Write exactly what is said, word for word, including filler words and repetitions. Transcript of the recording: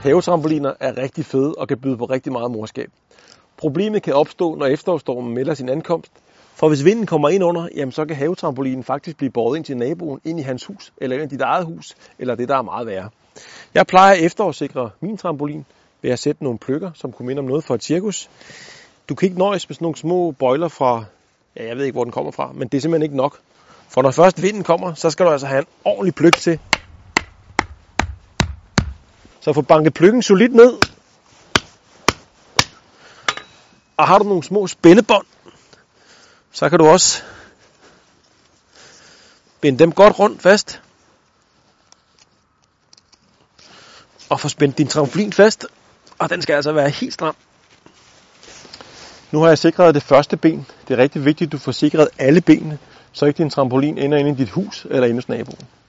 Havetrampoliner er rigtig fede og kan byde på rigtig meget morskab. Problemet kan opstå, når efterårsstormen melder sin ankomst. For hvis vinden kommer ind under, jamen så kan havetrampolinen faktisk blive båret ind til naboen, ind i hans hus, eller ind i dit eget hus, eller det, der er meget værre. Jeg plejer at efterårssikre min trampolin ved at sætte nogle pløkker, som kunne minde om noget fra et cirkus. Du kan ikke nøjes med sådan nogle små bøjler fra, ja, jeg ved ikke, hvor den kommer fra, men det er simpelthen ikke nok. For når først vinden kommer, så skal du altså have en ordentlig pløk til. Så få banket pløkken solidt ned. Og har du nogle små spændebånd, så kan du også binde dem godt rundt fast. Og få spændt din trampolin fast. Og den skal altså være helt stram. Nu har jeg sikret det første ben. Det er rigtig vigtigt, at du får sikret alle benene, så ikke din trampolin ender inde i dit hus eller inde hos naboen.